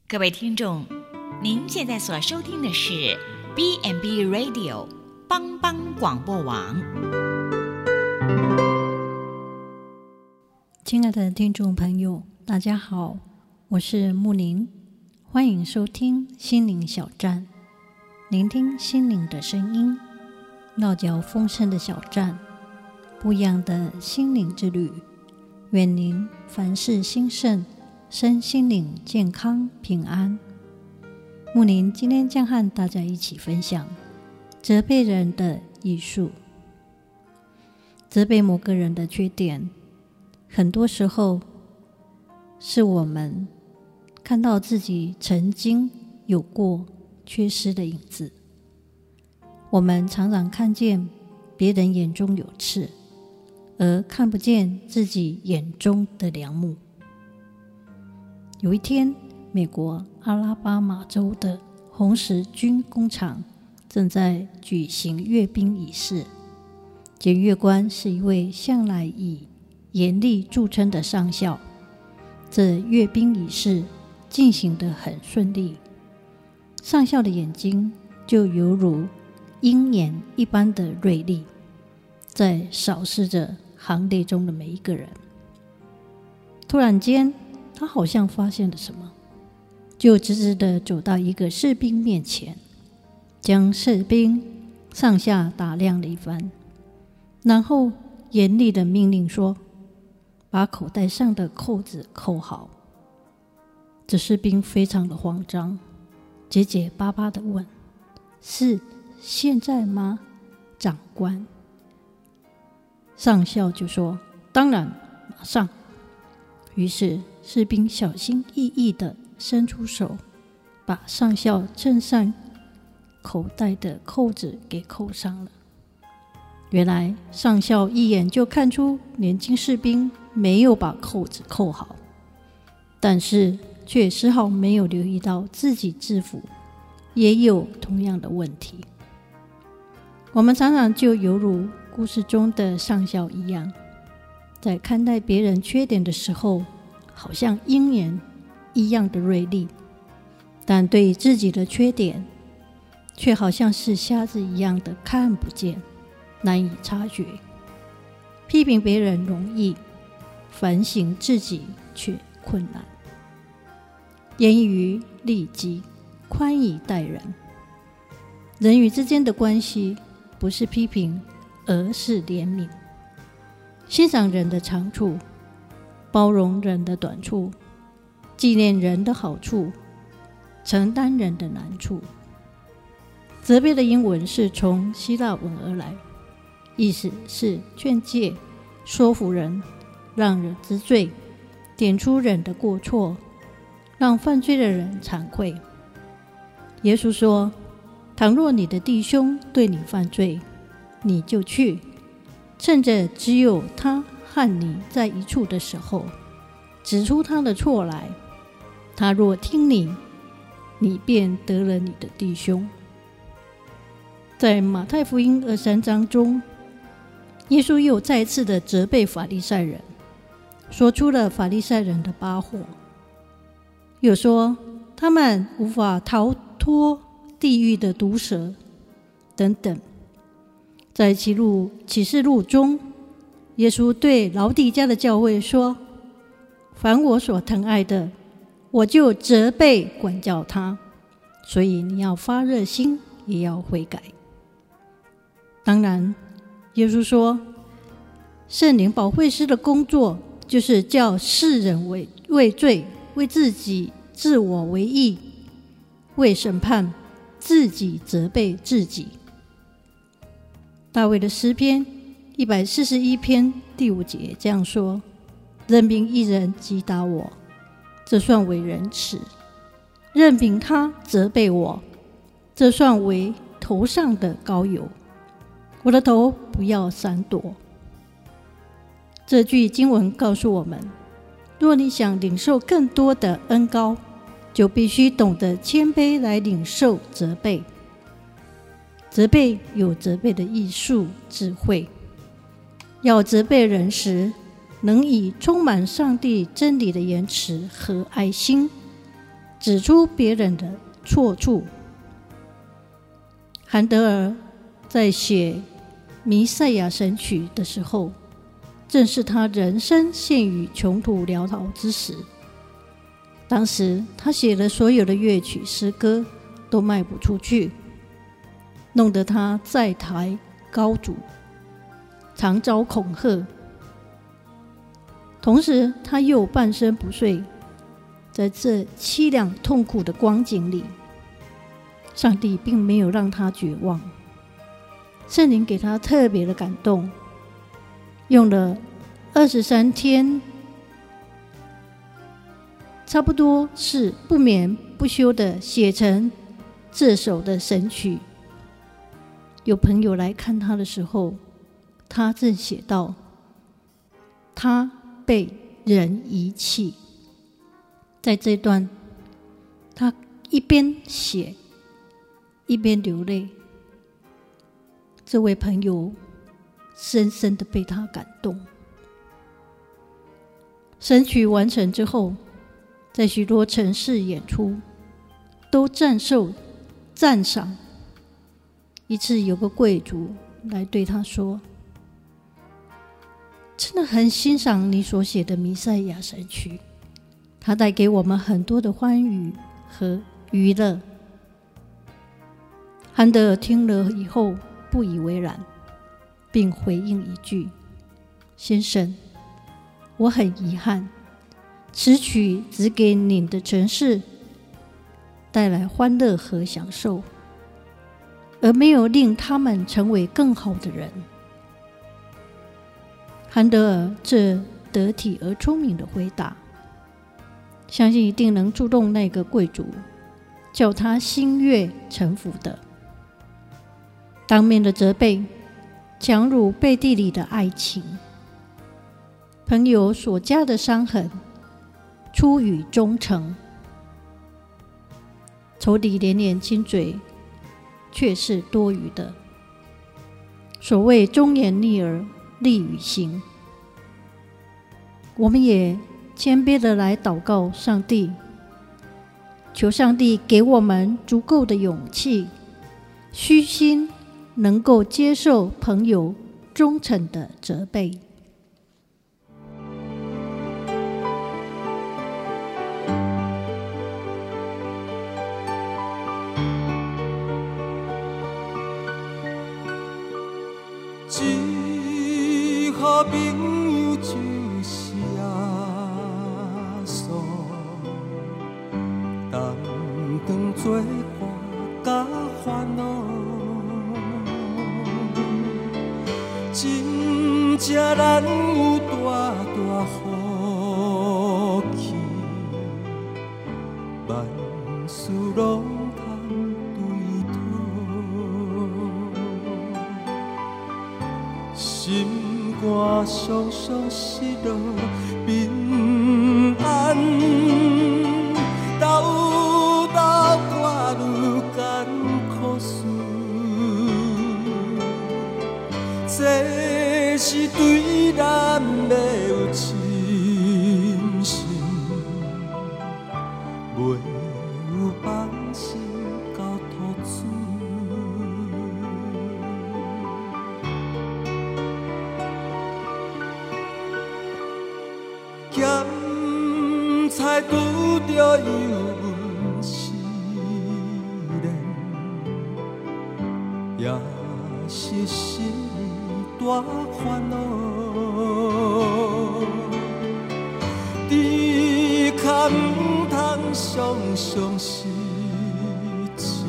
各位听众，您现在所收听的是 B&B Radio 帮帮广播网。 亲爱的听众朋友，大家好，我是木宁，欢迎收听心灵小站，聆听心灵的声音，落脚丰盛的小站，不一样的心灵之旅。愿您凡事兴盛，身心灵健康平安。木宁今天将和大家一起分享责备人的艺术。责备某个人的缺点，很多时候是我们看到自己曾经有过缺失的影子。我们常常看见别人眼中有刺，而看不见自己眼中的梁木。有一天，美国阿拉巴马州的红十军工厂正在举行阅兵仪式，检阅官是一位向来以严厉著称的上校。这阅兵仪式进行得很顺利，上校的眼睛就犹如鹰眼一般的锐利，在扫视着行列中的每一个人。突然间，他好像发现了什么，就直直地走到一个士兵面前，将士兵上下打量了一番，然后严厉地命令说：把口袋上的扣子扣好。这士兵非常的慌张，结结巴巴地问：是现在吗，长官？上校就说：当然，马上。于是士兵小心翼翼地伸出手，把上校衬衫口袋的扣子给扣上了。原来上校一眼就看出年轻士兵没有把扣子扣好，但是却丝毫没有留意到自己制服也有同样的问题。我们常常就犹如故事中的上校一样，在看待别人缺点的时候，好像鹰眼一样的锐利，但对自己的缺点却好像是瞎子一样的看不见，难以察觉。批评别人容易，反省自己却困难。严于律己，宽以待人。人与之间的关系不是批评，而是怜悯。欣赏人的长处，包容人的短处，纪念人的好处，承担人的难处。责备的英文是从希腊文而来，意思是劝诫、说服人，让人知罪，点出人的过错，让犯罪的人惭愧。耶稣说：倘若你的弟兄对你犯罪，你就去，趁着只有他和你在一处的时候，指出他的错来。他若听你，你便得了你的弟兄。在马太福音23章中，耶稣又再次的责备法利赛人，说出了法利赛人的八祸，又说他们无法逃脱地狱的毒蛇等等。在启示录中，耶稣对老底嘉的教会说：凡我所疼爱的，我就责备管教他，所以你要发热心，也要悔改。当然，耶稣说，圣灵保惠师的工作就是叫世人为罪，为自己自我为义，为审判自己责备自己。大卫的诗篇141篇第5节这样说：任凭一人击打我，这算为仁慈；任凭他责备我，这算为头上的膏油。我的头不要闪躲。这句经文告诉我们，若你想领受更多的恩膏，就必须懂得谦卑来领受责备。责备有责备的艺术智慧，要责备人时，能以充满上帝真理的言辞和爱心， 指出别人的错处。韩德尔在写《弥赛亚神曲》的时候，正是他人生陷于穷途潦倒之时。当时他写的所有的乐曲诗歌都卖不出去，弄得他在台高筑，常遭恐吓。同时他又半身不遂，在这凄凉痛苦的光景里，上帝并没有让他绝望，圣灵给他特别的感动，用了23天，差不多是不眠不休的写成这首的神曲。有朋友来看他的时候，他正写道：他被人遗弃。在这段他一边写一边流泪，这位朋友深深的被他感动。神曲完成之后，在许多城市演出都赞受赞赏。一次有个贵族来对他说：真的很欣赏你所写的弥赛亚神曲，它带给我们很多的欢愉和娱乐。韩德尔听了以后不以为然，并回应一句：先生，我很遗憾，此曲只给您的城市带来欢乐和享受，而没有令他们成为更好的人。韩德尔这得体而聪明的回答，相信一定能触动那个贵族，叫他心悦诚服的。当面的责备强如背地里的爱情，朋友所加的伤痕出于忠诚，仇敌连连亲嘴却是多余的。所谓忠言逆耳利于行，我们也谦卑的来祷告上帝，求上帝给我们足够的勇气，虚心能够接受朋友忠诚的责备。 一好朋友就是耶稣，同当作伴甲烦恼，真正咱有大大福气，万事拢通对讨。心肝常常失落平安，斗过愈艰苦事，这是对咱要有信心，袂有放心交托主。咸菜拄着油温试炼，也是心大烦恼。只可唔通常常失志，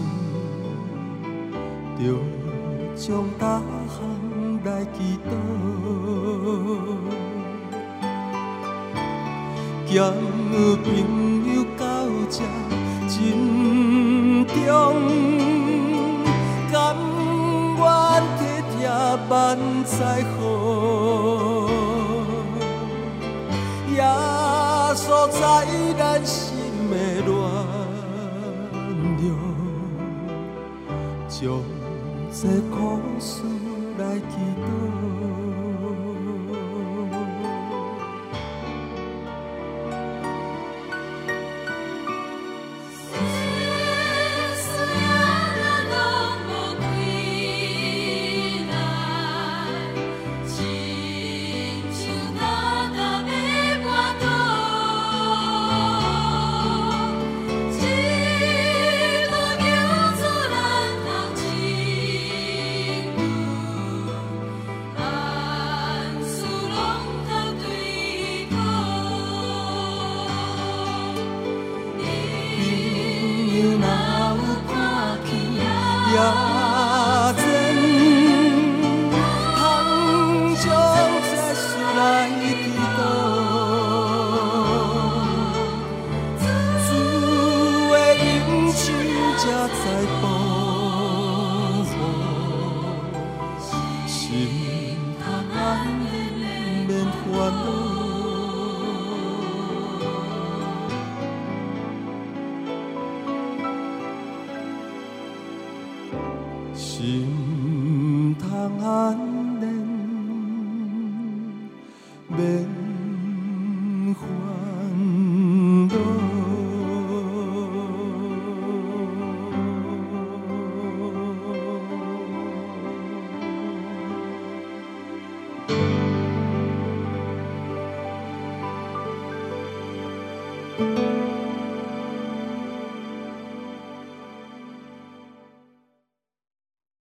着将大项来祈祷。咸朋友到这真重，甘愿体贴万载好，耶稣在咱心的软弱，将这苦事来祈祷。 情才保护，心通安免烦恼。心通安